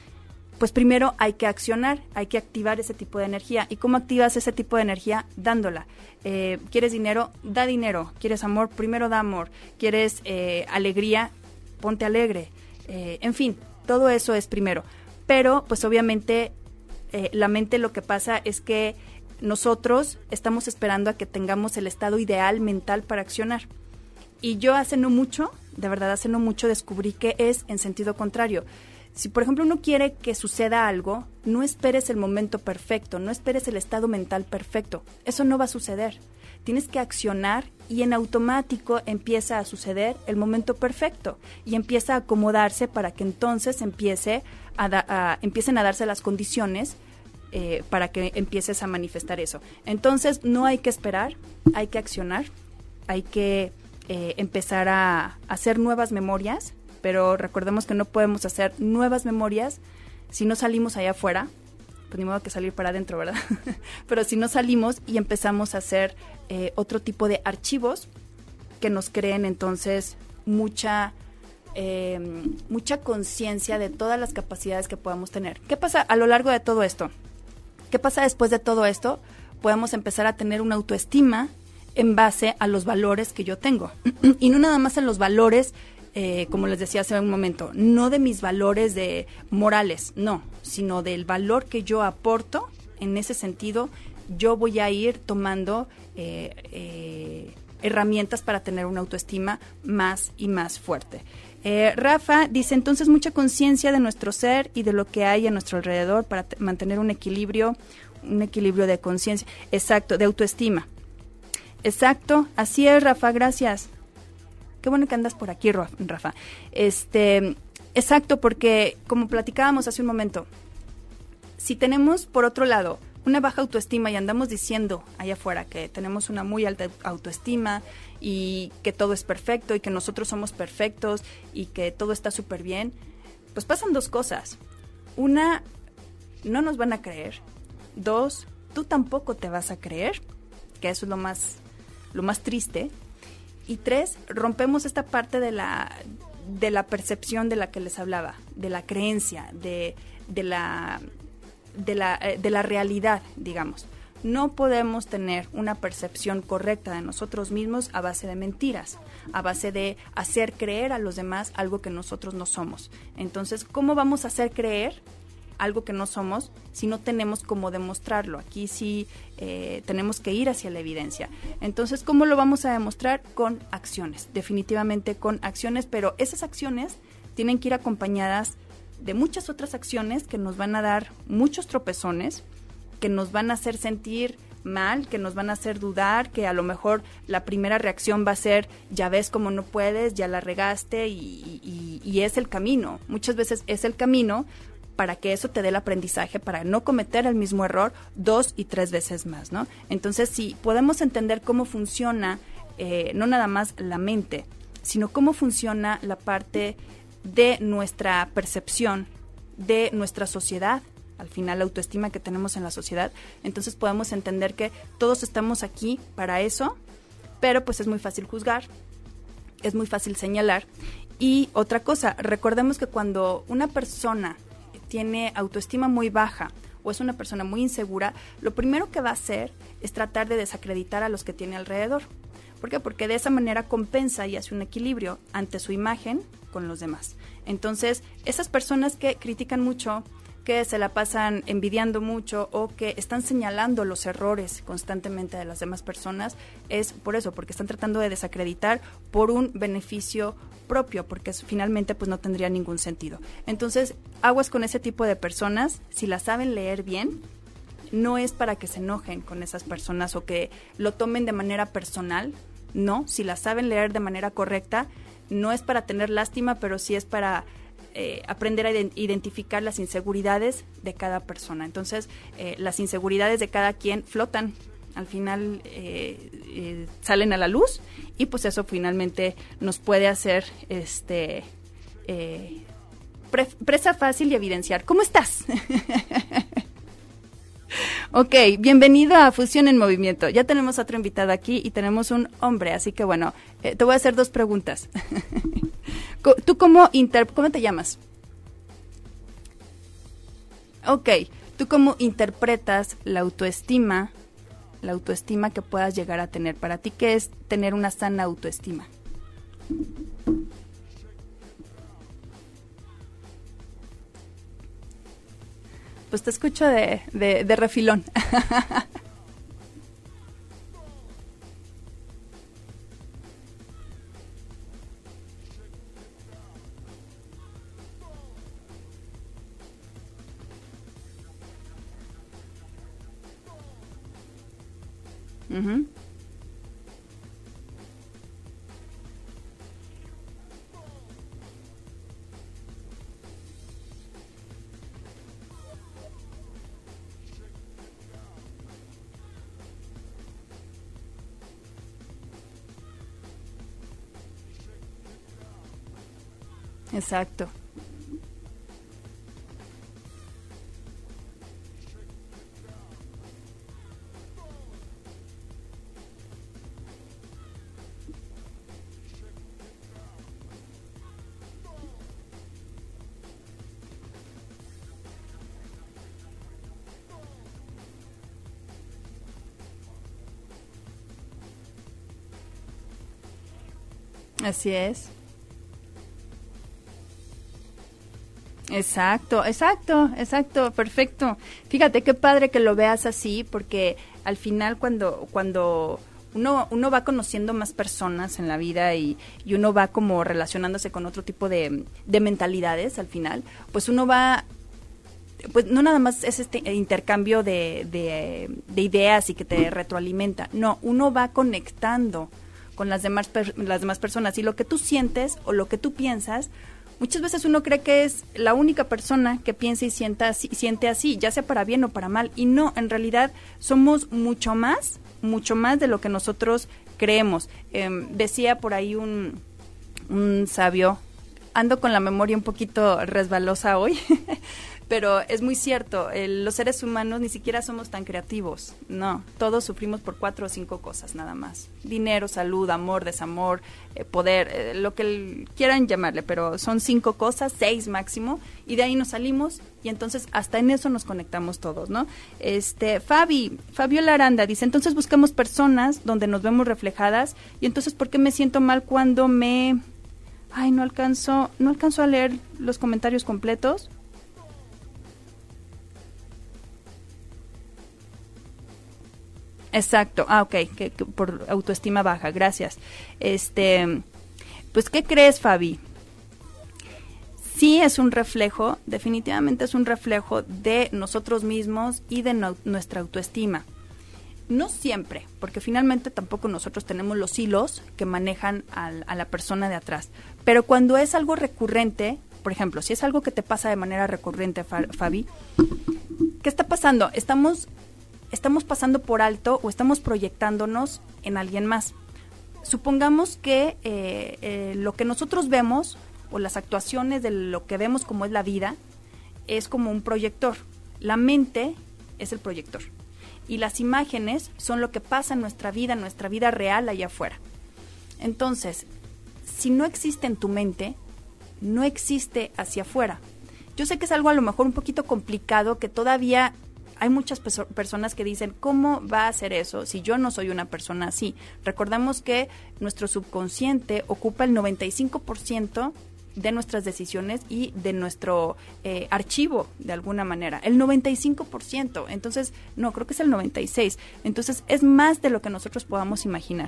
Pues primero hay que accionar, hay que activar ese tipo de energía. ¿Y cómo activas ese tipo de energía? Dándola. Eh, ¿Quieres dinero? Da dinero. ¿Quieres amor? Primero da amor. ¿Quieres eh, alegría? Ponte alegre. Eh, en fin, todo eso es primero. Pero, pues obviamente, eh, la mente lo que pasa es que nosotros estamos esperando a que tengamos el estado ideal mental para accionar. Y yo hace no mucho, de verdad hace no mucho, descubrí que es en sentido contrario. Si, por ejemplo, uno quiere que suceda algo, no esperes el momento perfecto, no esperes el estado mental perfecto. Eso no va a suceder. Tienes que accionar y en automático empieza a suceder el momento perfecto y empieza a acomodarse para que entonces empiece a da- a, empiecen a darse las condiciones eh, para que empieces a manifestar eso. Entonces, no hay que esperar, hay que accionar, hay que eh, empezar a hacer nuevas memorias. Pero recordemos que no podemos hacer nuevas memorias si no salimos allá afuera, pues ni modo que salir para adentro, ¿verdad? Pero si no salimos y empezamos a hacer eh, otro tipo de archivos que nos creen entonces mucha, eh, mucha conciencia de todas las capacidades que podamos tener. ¿Qué pasa a lo largo de todo esto? ¿Qué pasa después de todo esto? Podemos empezar a tener una autoestima en base a los valores que yo tengo. Y no nada más en los valores, Eh, como les decía hace un momento, no de mis valores de morales, no, sino del valor que yo aporto. En ese sentido, yo voy a ir tomando eh, eh, herramientas para tener una autoestima más y más fuerte. Eh, Rafa dice, entonces, mucha conciencia de nuestro ser y de lo que hay a nuestro alrededor para t- mantener un equilibrio, un equilibrio de conciencia, exacto, de autoestima. Exacto, así es, Rafa, gracias. Qué bueno que andas por aquí, Rafa. Este, exacto, porque como platicábamos hace un momento, si tenemos, por otro lado, una baja autoestima y andamos diciendo allá afuera que tenemos una muy alta autoestima y que todo es perfecto y que nosotros somos perfectos y que todo está súper bien, pues pasan dos cosas. Una, no nos van a creer. Dos, tú tampoco te vas a creer, que eso es lo más, lo más triste. Y tres, rompemos esta parte de la, de la percepción de la que les hablaba, de la creencia, de, de, la, de, la, de la realidad, digamos. No podemos tener una percepción correcta de nosotros mismos a base de mentiras, a base de hacer creer a los demás algo que nosotros no somos. Entonces, ¿cómo vamos a hacer creer algo que no somos si no tenemos cómo demostrarlo? Aquí sí eh, tenemos que ir hacia la evidencia. Entonces, ¿cómo lo vamos a demostrar? Con acciones, definitivamente con acciones, pero esas acciones tienen que ir acompañadas de muchas otras acciones que nos van a dar muchos tropezones, que nos van a hacer sentir mal, que nos van a hacer dudar, que a lo mejor la primera reacción va a ser, ya ves cómo no puedes, ya la regaste, y, y, y es el camino. Muchas veces es el camino para que eso te dé el aprendizaje, para no cometer el mismo error dos y tres veces más, ¿no? Entonces, si podemos entender cómo funciona, eh, no nada más la mente, sino cómo funciona la parte de nuestra percepción, de nuestra sociedad, al final la autoestima que tenemos en la sociedad, entonces podemos entender que todos estamos aquí para eso, pero pues es muy fácil juzgar, es muy fácil señalar. Y otra cosa, recordemos que cuando una persona tiene autoestima muy baja o es una persona muy insegura, lo primero que va a hacer es tratar de desacreditar a los que tiene alrededor. ¿Por qué? Porque de esa manera compensa y hace un equilibrio ante su imagen con los demás. Entonces, esas personas que critican mucho, que se la pasan envidiando mucho o que están señalando los errores constantemente de las demás personas, es por eso, porque están tratando de desacreditar por un beneficio propio, porque es, finalmente pues no tendría ningún sentido. Entonces, aguas con ese tipo de personas, si las saben leer bien, no es para que se enojen con esas personas o que lo tomen de manera personal, no, si las saben leer de manera correcta, no es para tener lástima, pero sí es para Eh, aprender a ident- identificar las inseguridades de cada persona. Entonces, eh, las inseguridades de cada quien flotan, al final eh, eh, salen a la luz y pues eso finalmente nos puede hacer este eh, pre- presa fácil y evidenciar. ¿Cómo estás? Ok, bienvenido a Fusión en Movimiento. Ya tenemos otro invitado aquí y tenemos un hombre, así que bueno, eh, te voy a hacer dos preguntas. ¿Tú cómo, inter- cómo te llamas? Ok, ¿tú cómo interpretas la autoestima, la autoestima que puedas llegar a tener? Para ti, ¿qué es tener una sana autoestima? Pues te escucho de, de, de refilón. Uh-huh. Exacto. Así es. Exacto, exacto, exacto, perfecto. Fíjate qué padre que lo veas así, porque al final cuando cuando uno uno va conociendo más personas en la vida y, y uno va como relacionándose con otro tipo de, de mentalidades al final, pues uno va, pues no nada más es este intercambio de, de, de ideas y que te retroalimenta, no, uno va conectando con las demás, per, las demás personas y lo que tú sientes o lo que tú piensas, muchas veces uno cree que es la única persona que piensa y sienta así, siente así, ya sea para bien o para mal, y no, en realidad somos mucho más, mucho más de lo que nosotros creemos. Eh, decía por ahí un, un sabio, ando con la memoria un poquito resbalosa hoy, Pero es muy cierto, el, los seres humanos ni siquiera somos tan creativos, no, todos sufrimos por cuatro o cinco cosas nada más, dinero, salud, amor, desamor, eh, poder, eh, lo que el, quieran llamarle, pero son cinco cosas, seis máximo, y de ahí nos salimos y entonces hasta en eso nos conectamos todos, ¿no? Este, Fabi, Fabiola Aranda dice, entonces buscamos personas donde nos vemos reflejadas y entonces ¿por qué me siento mal cuando me... Ay, no alcanzo, no alcanzo a leer los comentarios completos. Exacto, ah, ok, que, que por autoestima baja, gracias. Este, pues, ¿qué crees, Fabi? Sí es un reflejo, definitivamente es un reflejo de nosotros mismos y de no, nuestra autoestima. No siempre, porque finalmente tampoco nosotros tenemos los hilos que manejan al, a la persona de atrás. Pero cuando es algo recurrente, por ejemplo, si es algo que te pasa de manera recurrente, Fabi, ¿qué está pasando? Estamos... estamos pasando por alto o estamos proyectándonos en alguien más. Supongamos que eh, eh, lo que nosotros vemos o las actuaciones de lo que vemos como es la vida es como un proyector. La mente es el proyector y las imágenes son lo que pasa en nuestra vida, en nuestra vida real allá afuera. Entonces, si no existe en tu mente, no existe hacia afuera. Yo sé que es algo a lo mejor un poquito complicado, que todavía... Hay muchas perso- personas que dicen, ¿cómo va a hacer eso si yo no soy una persona así? Recordemos que nuestro subconsciente ocupa el noventa y cinco por ciento de nuestras decisiones y de nuestro eh, archivo, de alguna manera. El noventa y cinco por ciento. Entonces, no, creo que es el noventa y seis por ciento. Entonces, es más de lo que nosotros podamos imaginar.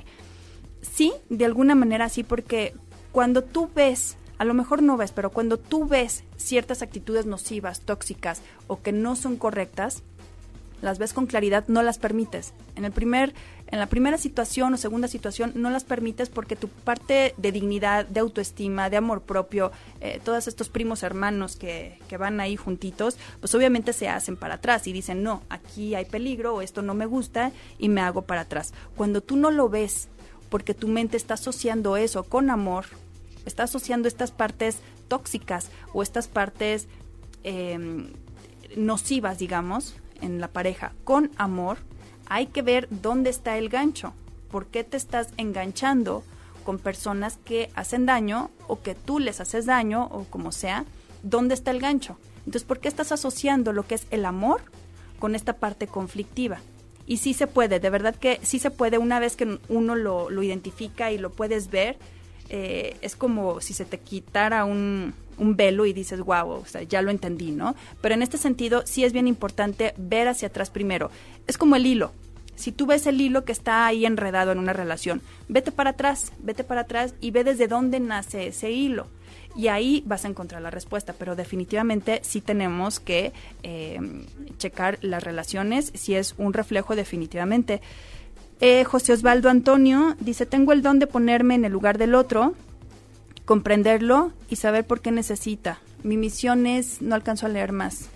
Sí, de alguna manera sí, porque cuando tú ves... A lo mejor no ves, pero cuando tú ves ciertas actitudes nocivas, tóxicas o que no son correctas, las ves con claridad, no las permites. En el primer, en la primera situación o segunda situación no las permites porque tu parte de dignidad, de autoestima, de amor propio, eh, todos estos primos hermanos que, que van ahí juntitos, pues obviamente se hacen para atrás y dicen, no, aquí hay peligro o esto no me gusta y me hago para atrás. Cuando tú no lo ves porque tu mente está asociando eso con amor, está asociando estas partes tóxicas o estas partes eh, nocivas, digamos, en la pareja con amor, hay que ver dónde está el gancho. ¿Por qué te estás enganchando con personas que hacen daño o que tú les haces daño o como sea? ¿Dónde está el gancho? Entonces, ¿por qué estás asociando lo que es el amor con esta parte conflictiva? Y sí se puede, de verdad que sí se puede, una vez que uno lo, lo identifica y lo puedes ver. Eh, es como si se te quitara un, un velo y dices, wow, o sea, ya lo entendí, ¿no? Pero en este sentido sí es bien importante ver hacia atrás primero. Es como el hilo. Si tú ves el hilo que está ahí enredado en una relación, vete para atrás, vete para atrás y ve desde dónde nace ese hilo. Y ahí vas a encontrar la respuesta, pero definitivamente sí tenemos que eh, checar las relaciones, si es un reflejo definitivamente. Eh, José Osvaldo Antonio dice, tengo el don de ponerme en el lugar del otro, comprenderlo y saber por qué necesita. Mi misión es, no alcanzo a leer más.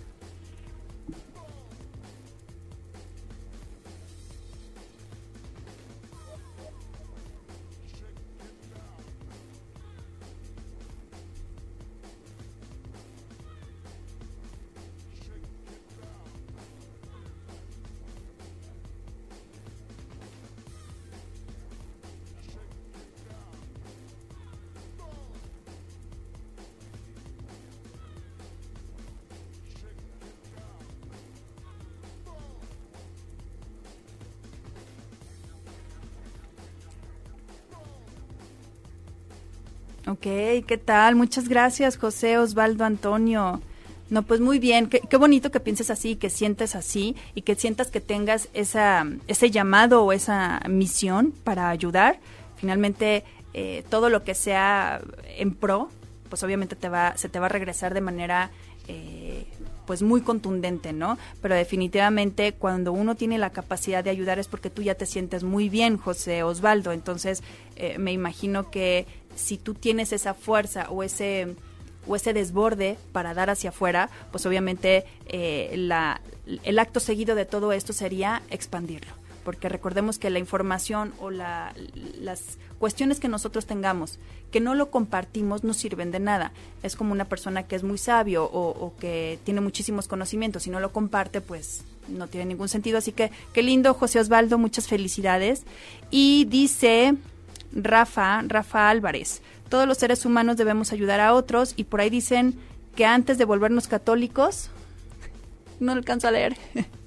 Ok, ¿qué tal? Muchas gracias, José Osvaldo Antonio. No, pues muy bien, qué, qué bonito que pienses así, que sientes así y que sientas que tengas esa, ese llamado o esa misión para ayudar. Finalmente, eh, todo lo que sea en pro, pues obviamente te va, se te va a regresar de manera eh, pues muy contundente, ¿no? Pero definitivamente cuando uno tiene la capacidad de ayudar es porque tú ya te sientes muy bien, José Osvaldo. Entonces, eh, me imagino que si tú tienes esa fuerza o ese o ese desborde para dar hacia afuera, pues obviamente eh, la, el acto seguido de todo esto sería expandirlo, porque recordemos que la información o la, las cuestiones que nosotros tengamos que no lo compartimos no sirven de nada. Es como una persona que es muy sabio o, o que tiene muchísimos conocimientos, si no lo comparte, pues no tiene ningún sentido. Así que qué lindo, José Osvaldo, muchas felicidades. Y dice Rafa, Rafa Álvarez, todos los seres humanos debemos ayudar a otros, y por ahí dicen que antes de volvernos católicos, no alcanzo a leer.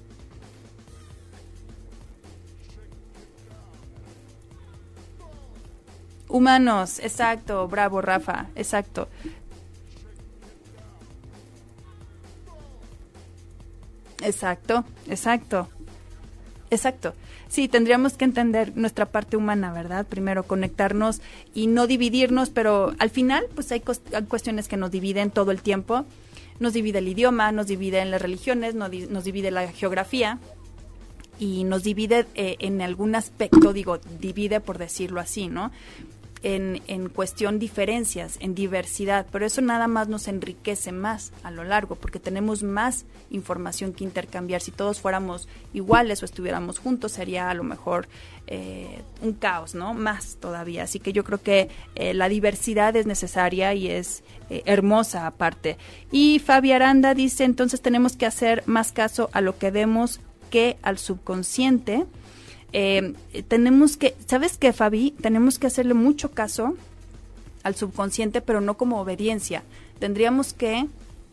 Humanos, exacto, bravo Rafa, exacto. Exacto, exacto, exacto. Sí, tendríamos que entender nuestra parte humana, ¿verdad? Primero conectarnos y no dividirnos, pero al final pues hay, hay cuestiones que nos dividen todo el tiempo. Nos divide el idioma, nos divide las religiones, nos, di- nos divide la geografía y nos divide eh, en algún aspecto, digo, divide por decirlo así, ¿no? En, en cuestión diferencias, en diversidad, pero eso nada más nos enriquece más a lo largo, porque tenemos más información que intercambiar. Si todos fuéramos iguales o estuviéramos juntos, sería a lo mejor eh, un caos, ¿no? Más todavía. Así que yo creo que eh, la diversidad es necesaria y es eh, hermosa aparte. Y Fabi Aranda dice, entonces tenemos que hacer más caso a lo que vemos que al subconsciente. Eh, tenemos que, ¿sabes qué, Fabi? Tenemos que hacerle mucho caso al subconsciente, pero no como obediencia. Tendríamos que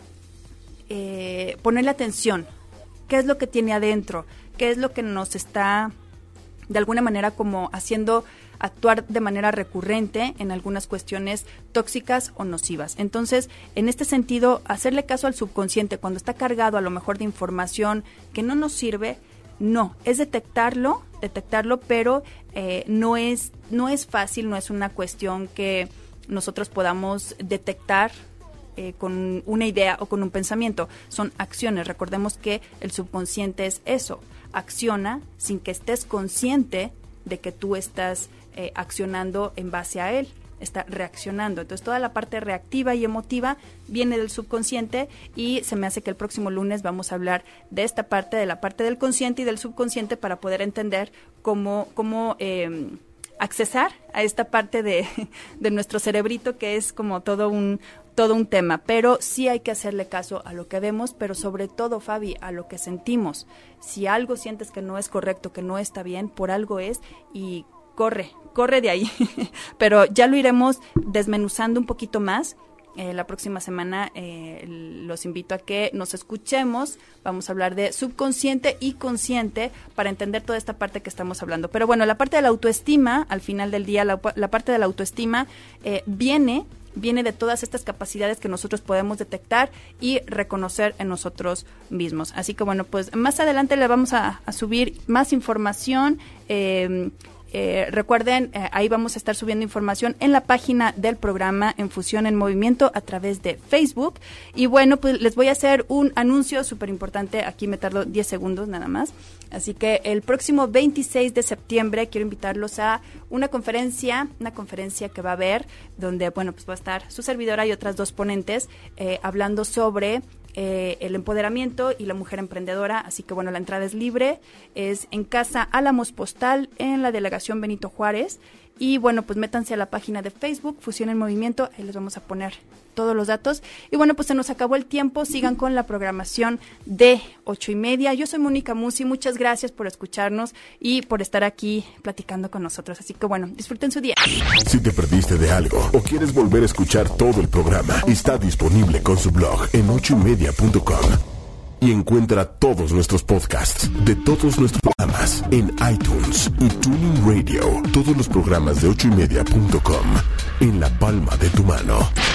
eh, ponerle atención. ¿Qué es lo que tiene adentro? ¿Qué es lo que nos está, de alguna manera, como haciendo actuar de manera recurrente en algunas cuestiones tóxicas o nocivas? Entonces, en este sentido, hacerle caso al subconsciente cuando está cargado a lo mejor de información que no nos sirve, no, es detectarlo, detectarlo, pero eh, no es, no es fácil, no es una cuestión que nosotros podamos detectar eh, con una idea o con un pensamiento. Son acciones. Recordemos que el subconsciente es eso, acciona sin que estés consciente de que tú estás eh, accionando en base a él. Está reaccionando. Entonces toda la parte reactiva y emotiva viene del subconsciente, y se me hace que el próximo lunes vamos a hablar de esta parte, de la parte del consciente y del subconsciente, para poder entender cómo, cómo eh, accesar a esta parte de, de nuestro cerebrito, que es como todo un, todo un tema. Pero sí hay que hacerle caso a lo que vemos, pero sobre todo, Fabi, a lo que sentimos. Si algo sientes que no es correcto, que no está bien, por algo es, y corre, corre de ahí. Pero ya lo iremos desmenuzando un poquito más. Eh, la próxima semana eh, los invito a que nos escuchemos. Vamos a hablar de subconsciente y consciente para entender toda esta parte que estamos hablando. Pero bueno, la parte de la autoestima, al final del día, la, la parte de la autoestima eh, viene... viene de todas estas capacidades que nosotros podemos detectar y reconocer en nosotros mismos. Así que bueno, pues más adelante le vamos a, a subir más información. Eh, eh, recuerden, eh, ahí vamos a estar subiendo información en la página del programa En Fusión en Movimiento a través de Facebook. Y bueno, pues les voy a hacer un anuncio súper importante. Aquí me tardo diez segundos nada más. Así que el próximo veintiséis de septiembre quiero invitarlos a una conferencia, una conferencia que va a haber, donde, bueno, pues va a estar su servidora y otras dos ponentes eh, hablando sobre eh, el empoderamiento y la mujer emprendedora. Así que, bueno, la entrada es libre, es en Casa Álamos Postal, en la delegación Benito Juárez. Y bueno, pues métanse a la página de Facebook, Fusión en Movimiento, ahí les vamos a poner todos los datos. Y bueno, pues se nos acabó el tiempo, sigan con la programación de ocho y media. Yo soy Mónica Musi, muchas gracias por escucharnos y por estar aquí platicando con nosotros. Así que bueno, disfruten su día. Si te perdiste de algo o quieres volver a escuchar todo el programa, está disponible con su blog en ocho y media punto com. Y encuentra todos nuestros podcasts de todos nuestros programas en iTunes y Tuning Radio. Todos los programas de ocho y media punto com en la palma de tu mano.